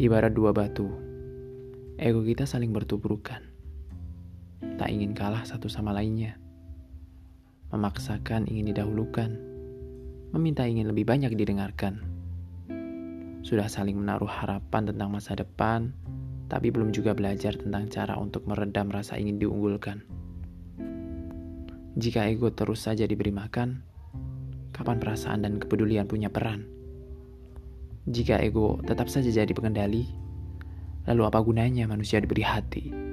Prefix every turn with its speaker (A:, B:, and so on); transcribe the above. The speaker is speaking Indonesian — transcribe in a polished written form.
A: Ibarat dua batu, ego kita saling bertubrukan. Tak ingin kalah satu sama lainnya. Memaksakan ingin didahulukan. Meminta ingin lebih banyak didengarkan. Sudah saling menaruh harapan tentang masa depan, tapi belum juga belajar tentang cara untuk meredam rasa ingin diunggulkan. Jika ego terus saja diberi makan, kapan perasaan dan kepedulian punya peran? Jika ego tetap saja jadi pengendali, lalu apa gunanya manusia diberi hati?